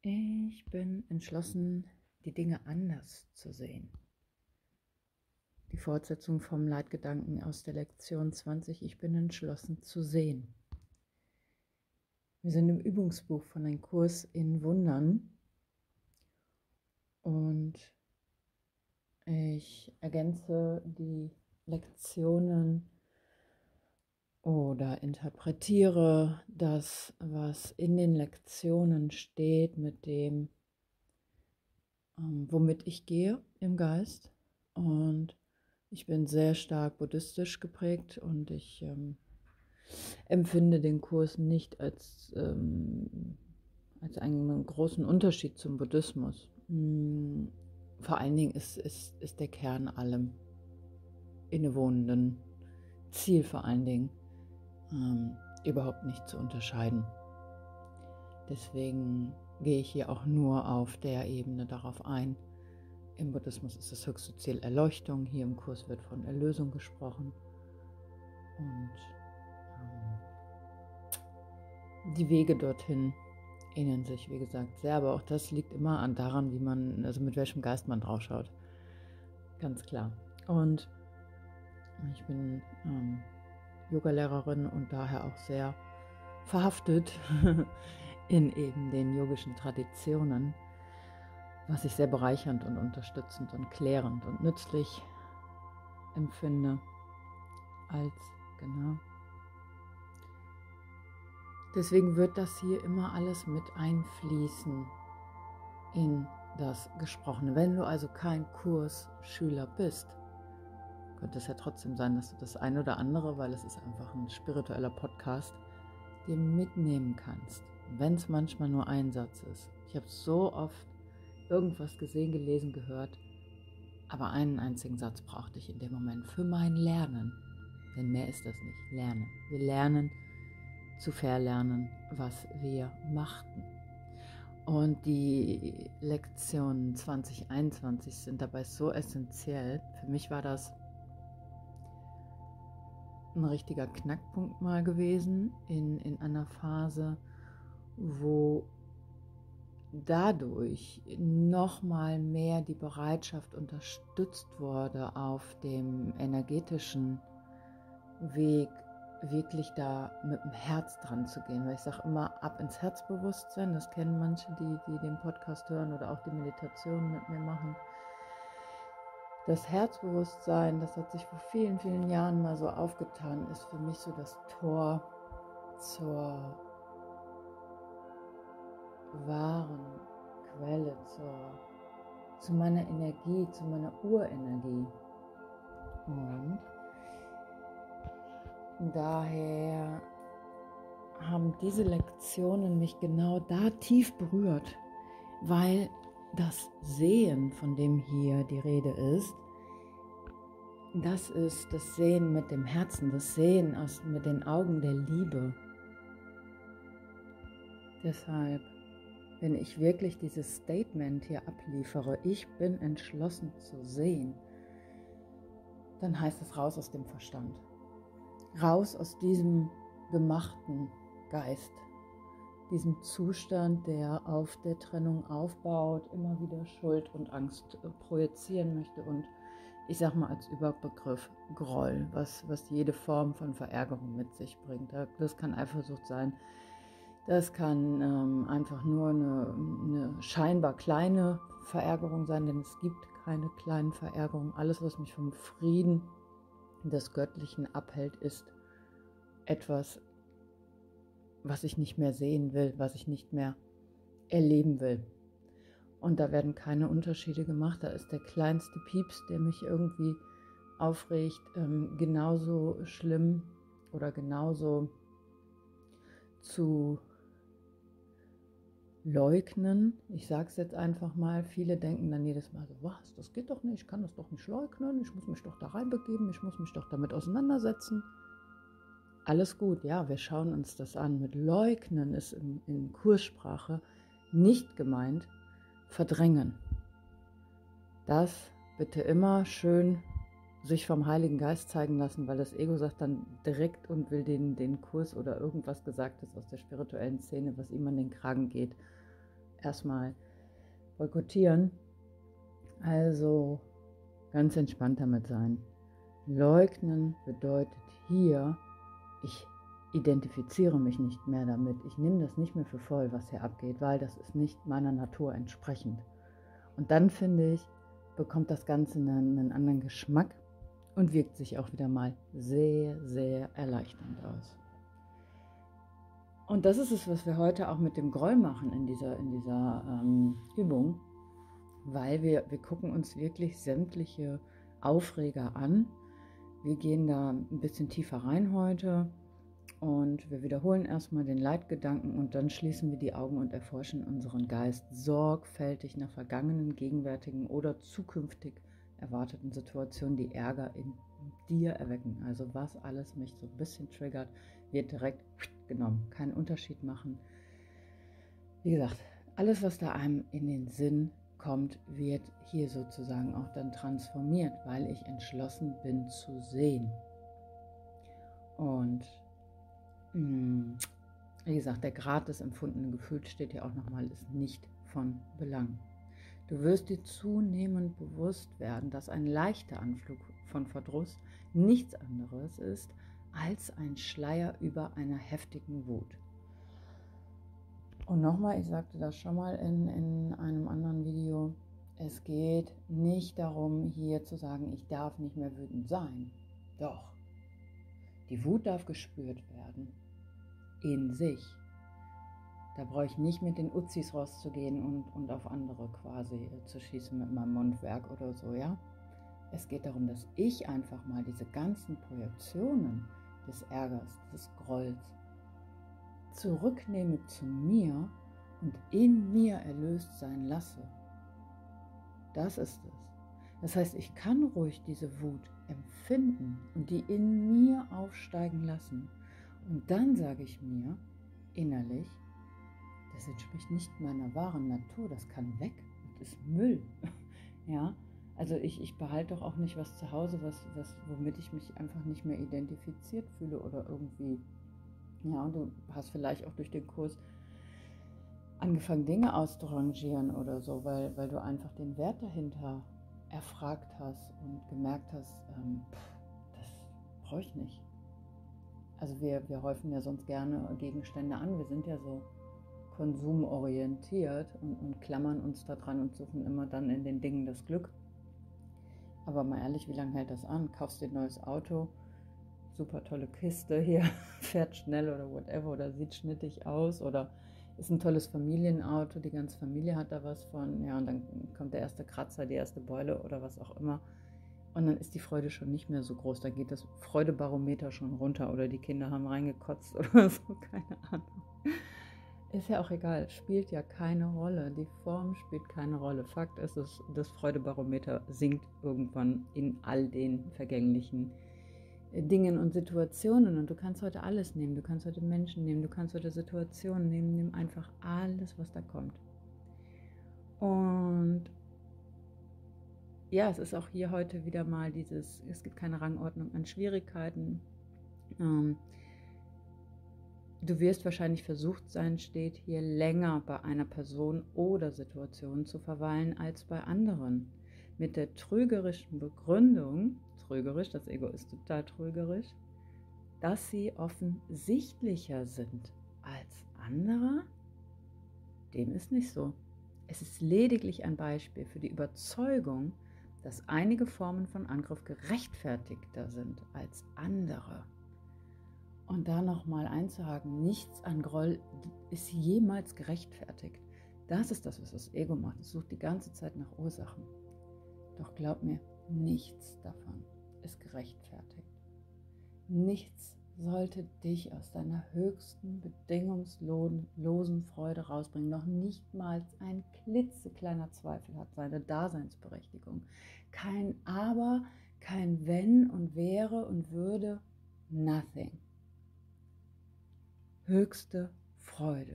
Ich bin entschlossen, die Dinge anders zu sehen. Die Fortsetzung vom Leitgedanken aus der Lektion 20, ich bin entschlossen zu sehen. Wir sind im Übungsbuch von einem Kurs in Wundern und ich ergänze die Lektionen oder interpretiere das, was in den Lektionen steht, mit dem, womit ich gehe im Geist. Und ich bin sehr stark buddhistisch geprägt und ich empfinde den Kurs nicht als einen großen Unterschied zum Buddhismus. Vor allen Dingen ist der Kern allem innewohnenden Ziel vor allen Dingen überhaupt nicht zu unterscheiden. Deswegen gehe ich hier auch nur auf der Ebene darauf ein. Im Buddhismus ist das höchste Ziel Erleuchtung, hier im Kurs wird von Erlösung gesprochen. Und die Wege dorthin ähneln sich, wie gesagt, sehr, aber auch das liegt immer daran, wie man, also mit welchem Geist man drauf schaut. Ganz klar. Und ich bin Yogalehrerin und daher auch sehr verhaftet in eben den yogischen Traditionen, was ich sehr bereichernd und unterstützend und klärend und nützlich empfinde als, genau. Deswegen wird das hier immer alles mit einfließen in das Gesprochene. Wenn du also kein Kursschüler bist, könnte es ja trotzdem sein, dass du das ein oder andere, weil es ist einfach ein spiritueller Podcast, dir mitnehmen kannst. Wenn es manchmal nur ein Satz ist. Ich habe so oft irgendwas gesehen, gelesen, gehört, aber einen einzigen Satz brauchte ich in dem Moment für mein Lernen. Denn mehr ist das nicht. Lernen. Wir lernen zu verlernen, was wir machten. Und die Lektionen 2021 sind dabei so essentiell. Für mich war das ein richtiger Knackpunkt mal gewesen in einer Phase, wo dadurch nochmal mehr die Bereitschaft unterstützt wurde, auf dem energetischen Weg wirklich da mit dem Herz dran zu gehen. Weil ich sage immer, ab ins Herzbewusstsein, das kennen manche, die den Podcast hören oder auch die Meditation mit mir machen. Das Herzbewusstsein, das hat sich vor vielen, vielen Jahren mal so aufgetan, ist für mich so das Tor zur wahren Quelle, zu meiner Energie, zu meiner Urenergie. Und daher haben diese Lektionen mich genau da tief berührt, weil das Sehen, von dem hier die Rede ist, das ist das Sehen mit dem Herzen, das Sehen mit den Augen der Liebe. Deshalb, wenn ich wirklich dieses Statement hier abliefere, ich bin entschlossen zu sehen, dann heißt es raus aus dem Verstand. Raus aus diesem gemachten Geist, diesem Zustand, der auf der Trennung aufbaut, immer wieder Schuld und Angst projizieren möchte und ich sag mal als Überbegriff Groll, was jede Form von Verärgerung mit sich bringt. Das kann Eifersucht sein, das kann einfach nur eine scheinbar kleine Verärgerung sein, denn es gibt keine kleinen Verärgerungen. Alles, was mich vom Frieden des Göttlichen abhält, ist etwas, was ich nicht mehr sehen will, was ich nicht mehr erleben will. Und da werden keine Unterschiede gemacht. Da ist der kleinste Pieps, der mich irgendwie aufregt, genauso schlimm oder genauso zu leugnen. Ich sage es jetzt einfach mal, viele denken dann jedes Mal so, was, das geht doch nicht, ich kann das doch nicht leugnen, ich muss mich doch da reinbegeben, ich muss mich doch damit auseinandersetzen. Alles gut, ja, wir schauen uns das an. Mit leugnen ist in Kurssprache nicht gemeint verdrängen. Das bitte immer schön sich vom Heiligen Geist zeigen lassen, weil das Ego sagt dann direkt und will den Kurs oder irgendwas Gesagtes aus der spirituellen Szene, was ihm an den Kragen geht, erstmal boykottieren. Also ganz entspannt damit sein. Leugnen bedeutet hier, ich identifiziere mich nicht mehr damit. Ich nehme das nicht mehr für voll, was hier abgeht, weil das ist nicht meiner Natur entsprechend. Und dann, finde ich, bekommt das Ganze einen anderen Geschmack und wirkt sich auch wieder mal sehr, sehr erleichternd aus. Und das ist es, was wir heute auch mit dem Groll machen in dieser Übung, weil wir gucken uns wirklich sämtliche Aufreger an. Wir gehen da ein bisschen tiefer rein heute und wir wiederholen erstmal den Leitgedanken und dann schließen wir die Augen und erforschen unseren Geist sorgfältig nach vergangenen, gegenwärtigen oder zukünftig erwarteten Situationen, die Ärger in dir erwecken. Also was alles mich so ein bisschen triggert, wird direkt genommen. Keinen Unterschied machen. Wie gesagt, alles, was da einem in den Sinn kommt, wird hier sozusagen auch dann transformiert, weil ich entschlossen bin zu sehen. Und wie gesagt, der Grad des empfundenen Gefühls steht hier auch nochmal, ist nicht von Belang. Du wirst dir zunehmend bewusst werden, dass ein leichter Anflug von Verdruss nichts anderes ist als ein Schleier über einer heftigen Wut. Und nochmal, ich sagte das schon mal in einem anderen Video, es geht nicht darum, hier zu sagen, ich darf nicht mehr wütend sein. Doch, die Wut darf gespürt werden, in sich. Da brauche ich nicht mit den Uzis rauszugehen und auf andere quasi zu schießen mit meinem Mundwerk oder so, ja. Es geht darum, dass ich einfach mal diese ganzen Projektionen des Ärgers, des Grolls zurücknehme zu mir und in mir erlöst sein lasse. Das ist es. Das heißt, ich kann ruhig diese Wut empfinden und die in mir aufsteigen lassen. Und dann sage ich mir innerlich, das entspricht nicht meiner wahren Natur, das kann weg, das ist Müll. Ja, also ich behalte doch auch nicht was zu Hause, womit ich mich einfach nicht mehr identifiziert fühle oder irgendwie. Ja, und du hast vielleicht auch durch den Kurs angefangen, Dinge auszurangieren oder so, weil du einfach den Wert dahinter erfragt hast und gemerkt hast, das brauche ich nicht. Also wir häufen ja sonst gerne Gegenstände an, wir sind ja so konsumorientiert und klammern uns da dran und suchen immer dann in den Dingen das Glück. Aber mal ehrlich, wie lange hält das an? Kaufst dir ein neues Auto, super tolle Kiste hier, fährt schnell oder whatever oder sieht schnittig aus oder ist ein tolles Familienauto, die ganze Familie hat da was von, ja, und dann kommt der erste Kratzer, die erste Beule oder was auch immer und dann ist die Freude schon nicht mehr so groß, dann geht das Freudebarometer schon runter oder die Kinder haben reingekotzt oder so, keine Ahnung. Ist ja auch egal, spielt ja keine Rolle, die Form spielt keine Rolle. Fakt ist, das Freudebarometer sinkt irgendwann in all den vergänglichen Dingen und Situationen und du kannst heute alles nehmen, du kannst heute Menschen nehmen, du kannst heute Situationen nehmen, nimm einfach alles, was da kommt. Und ja, es ist auch hier heute wieder mal es gibt keine Rangordnung an Schwierigkeiten. Du wirst wahrscheinlich versucht sein, steht hier, länger bei einer Person oder Situation zu verweilen als bei anderen. Mit der trügerischen Begründung, trügerisch, das Ego ist total trügerisch, dass sie offensichtlicher sind als andere. Dem ist nicht so. Es ist lediglich ein Beispiel für die Überzeugung, dass einige Formen von Angriff gerechtfertigter sind als andere. Und da nochmal einzuhaken, nichts an Groll ist jemals gerechtfertigt. Das ist das, was das Ego macht. Es sucht die ganze Zeit nach Ursachen. Doch glaub mir, nichts davon ist gerechtfertigt. Nichts sollte dich aus deiner höchsten, bedingungslosen Freude rausbringen. Noch nicht mal ein klitzekleiner Zweifel hat seine Daseinsberechtigung. Kein Aber, kein Wenn und Wäre und Würde, nothing. Höchste Freude.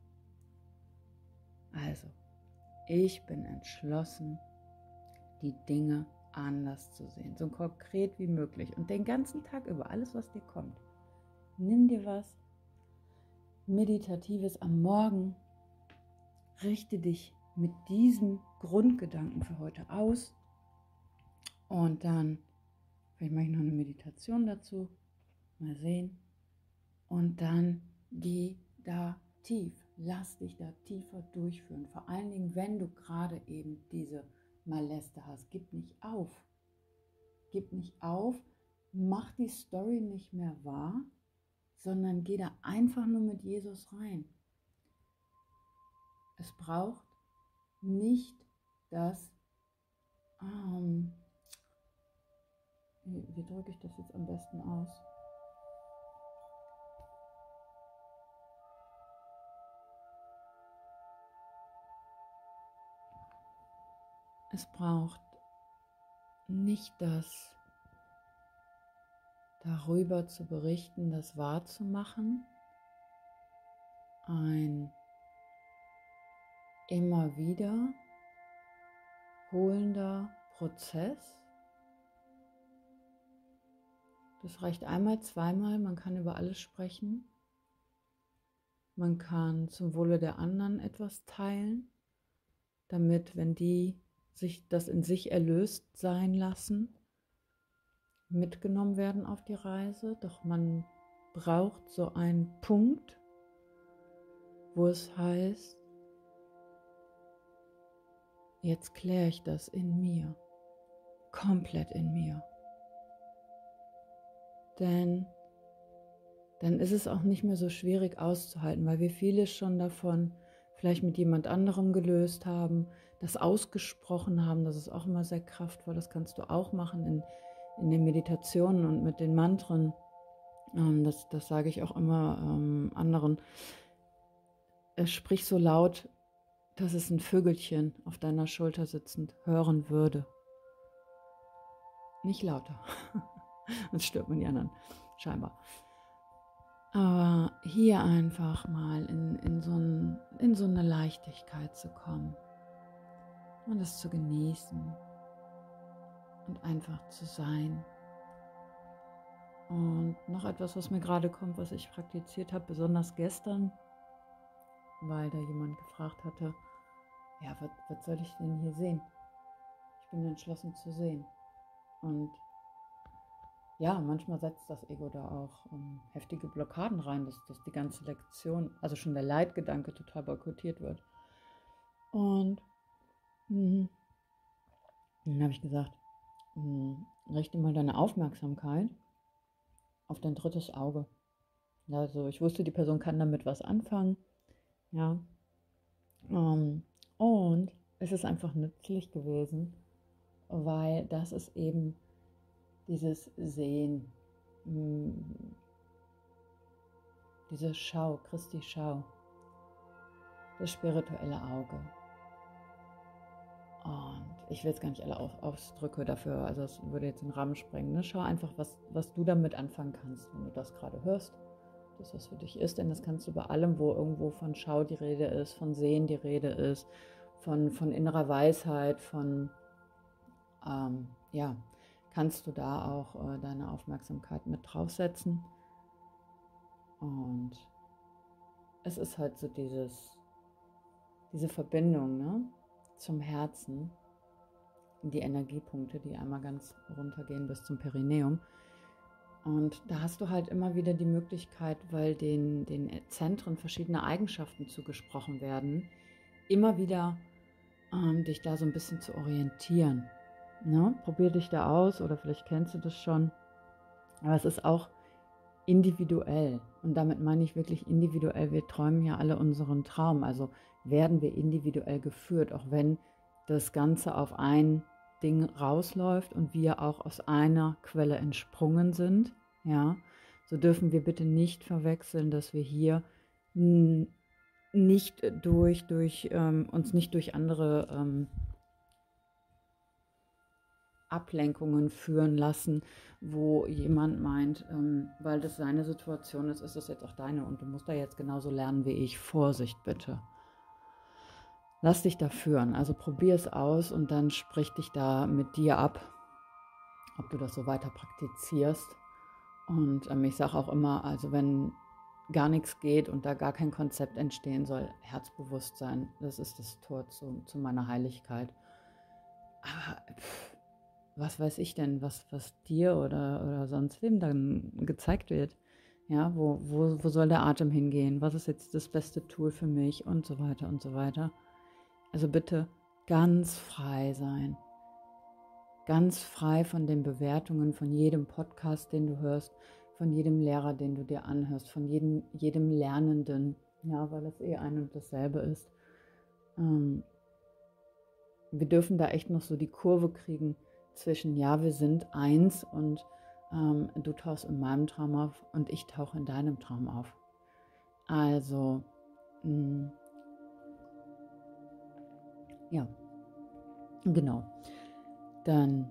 Also, ich bin entschlossen, die Dinge anders zu sehen, so konkret wie möglich und den ganzen Tag über alles, was dir kommt. Nimm dir was Meditatives am Morgen richte dich mit diesem Grundgedanken für heute aus und dann, vielleicht mache ich noch eine Meditation dazu, mal sehen, und dann geh da tief, lass dich da tiefer durchführen, vor allen Dingen, wenn du gerade eben diese Maleste hast, gib nicht auf, mach die Story nicht mehr wahr, sondern geh da einfach nur mit Jesus rein. Es braucht nicht das, wie drücke ich das jetzt am besten aus? Es braucht nicht das, darüber zu berichten, das wahrzumachen, ein immer wieder holender Prozess. Das reicht einmal, zweimal, man kann über alles sprechen. Man kann zum Wohle der anderen etwas teilen, damit, wenn die sich das in sich erlöst sein lassen, mitgenommen werden auf die Reise. Doch man braucht so einen Punkt, wo es heißt, jetzt kläre ich das in mir, komplett in mir. Denn dann ist es auch nicht mehr so schwierig auszuhalten, weil wir vieles schon davon vielleicht mit jemand anderem gelöst haben, das ausgesprochen haben, das ist auch immer sehr kraftvoll, das kannst du auch machen in den Meditationen und mit den Mantren, das sage ich auch immer anderen, sprich so laut, dass es ein Vögelchen auf deiner Schulter sitzend hören würde. Nicht lauter, sonst stört man die anderen, scheinbar. Aber hier einfach mal in so eine Leichtigkeit zu kommen und es zu genießen und einfach zu sein. Und noch etwas, was mir gerade kommt, was ich praktiziert habe, besonders gestern, weil da jemand gefragt hatte, ja, was soll ich denn hier sehen? Ich bin entschlossen zu sehen. Und ja, manchmal setzt das Ego da auch heftige Blockaden rein, dass die ganze Lektion, also schon der Leitgedanke total boykottiert wird. Und dann habe ich gesagt, richte mal deine Aufmerksamkeit auf dein drittes Auge. Also ich wusste, die Person kann damit was anfangen. Ja. Und es ist einfach nützlich gewesen, weil das ist eben dieses Sehen, diese Schau, Christi Schau, das spirituelle Auge. Und ich will jetzt gar nicht alle Ausdrücke dafür, also das würde jetzt den Rahmen sprengen. Ne? Schau einfach, was du damit anfangen kannst, wenn du das gerade hörst, das was für dich ist, denn das kannst du bei allem, wo irgendwo von Schau die Rede ist, von Sehen die Rede ist, von innerer Weisheit, von, kannst du da auch deine Aufmerksamkeit mit draufsetzen. Und es ist halt so diese Verbindung, ne, zum Herzen, die Energiepunkte, die einmal ganz runtergehen bis zum Perineum. Und da hast du halt immer wieder die Möglichkeit, weil den Zentren verschiedene Eigenschaften zugesprochen werden, immer wieder dich da so ein bisschen zu orientieren. Ne? Probier dich da aus oder vielleicht kennst du das schon. Aber es ist auch individuell. Und damit meine ich wirklich individuell. Wir träumen ja alle unseren Traum. Also werden wir individuell geführt, auch wenn das Ganze auf ein Ding rausläuft und wir auch aus einer Quelle entsprungen sind. Ja, so dürfen wir bitte nicht verwechseln, dass wir hier nicht uns nicht durch andere Ablenkungen führen lassen, wo jemand meint, weil das seine Situation ist, ist das jetzt auch deine und du musst da jetzt genauso lernen wie ich. Vorsicht bitte. Lass dich da führen, also probier es aus und dann sprich dich da mit dir ab, ob du das so weiter praktizierst. Und ich sage auch immer, also wenn gar nichts geht und da gar kein Konzept entstehen soll. Herzbewusstsein, das ist das Tor zu meiner Heiligkeit. Aber was weiß ich denn, was dir oder sonst wem dann gezeigt wird? Ja, wo soll der Atem hingehen? Was ist jetzt das beste Tool für mich? Und so weiter und so weiter. Also bitte ganz frei sein. Ganz frei von den Bewertungen, von jedem Podcast, den du hörst, von jedem Lehrer, den du dir anhörst, von jedem Lernenden, ja, weil es ein und dasselbe ist. Wir dürfen da echt noch so die Kurve kriegen zwischen, ja, wir sind eins und du tauchst in meinem Traum auf und ich tauche in deinem Traum auf. Also, ja, genau. Dann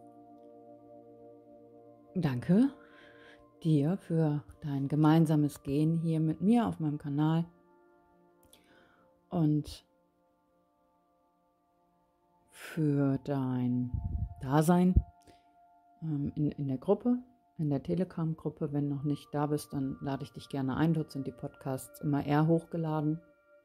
danke dir für dein gemeinsames Gehen hier mit mir auf meinem Kanal und für dein Dasein in der Gruppe, in der Telegram-Gruppe. Wenn noch nicht da bist, dann lade ich dich gerne ein. Dort sind die Podcasts immer eher hochgeladen.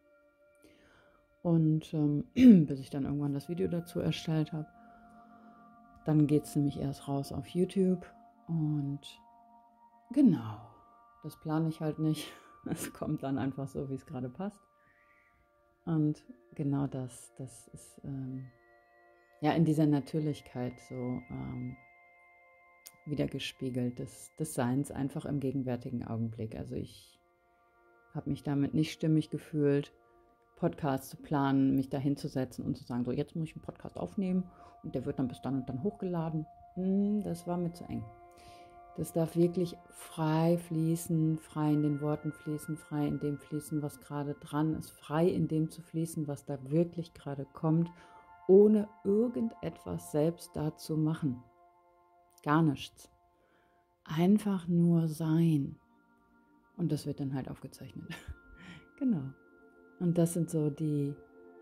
Und bis ich dann irgendwann das Video dazu erstellt habe, dann geht es nämlich erst raus auf YouTube. Und genau, das plane ich halt nicht. Es kommt dann einfach so, wie es gerade passt. Und genau das ist ja in dieser Natürlichkeit so wiedergespiegelt des Seins, einfach im gegenwärtigen Augenblick. Also ich habe mich damit nicht stimmig gefühlt, Podcast zu planen, mich da hinzusetzen und zu sagen, so jetzt muss ich einen Podcast aufnehmen und der wird dann bis dann und dann hochgeladen. Das war mir zu eng. Das darf wirklich frei fließen, frei in den Worten fließen, frei in dem fließen, was gerade dran ist, frei in dem zu fließen, was da wirklich gerade kommt, ohne irgendetwas selbst da zu machen. Gar nichts. Einfach nur sein. Und das wird dann halt aufgezeichnet. Genau. Und das sind so die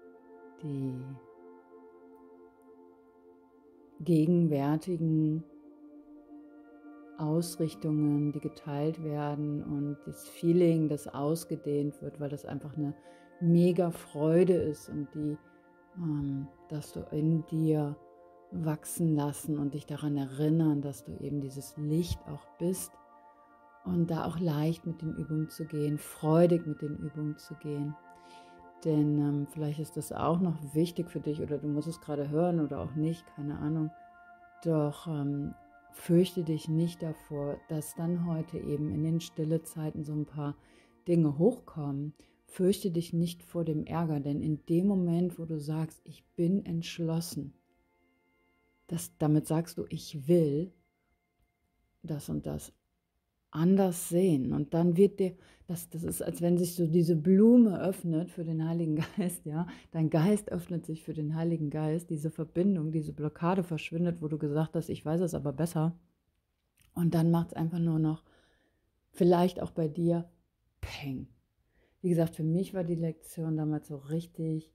gegenwärtigen Ausrichtungen, die geteilt werden und das Feeling, das ausgedehnt wird, weil das einfach eine mega Freude ist und die, dass du in dir wachsen lassen und dich daran erinnern, dass du eben dieses Licht auch bist und da auch leicht mit den Übungen zu gehen, freudig mit den Übungen zu gehen. Denn vielleicht ist das auch noch wichtig für dich oder du musst es gerade hören oder auch nicht, keine Ahnung. Doch fürchte dich nicht davor, dass dann heute eben in den Stillezeiten so ein paar Dinge hochkommen. Fürchte dich nicht vor dem Ärger, denn in dem Moment, wo du sagst, ich bin entschlossen, damit sagst du, ich will das und das anders sehen. Und dann wird dir, das ist, als wenn sich so diese Blume öffnet für den Heiligen Geist, ja. Dein Geist öffnet sich für den Heiligen Geist, diese Verbindung, diese Blockade verschwindet, wo du gesagt hast, ich weiß es aber besser. Und dann macht es einfach nur noch, vielleicht auch bei dir, Peng. Wie gesagt, für mich war die Lektion damals so richtig,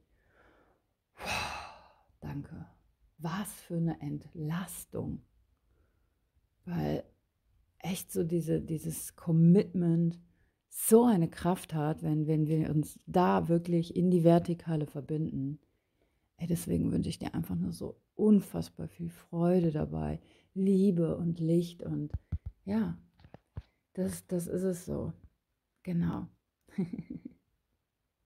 danke. Was für eine Entlastung. Weil echt so dieses Commitment so eine Kraft hat, wenn wir uns da wirklich in die Vertikale verbinden. Deswegen wünsche ich dir einfach nur so unfassbar viel Freude dabei, Liebe und Licht und ja, das ist es so. Genau.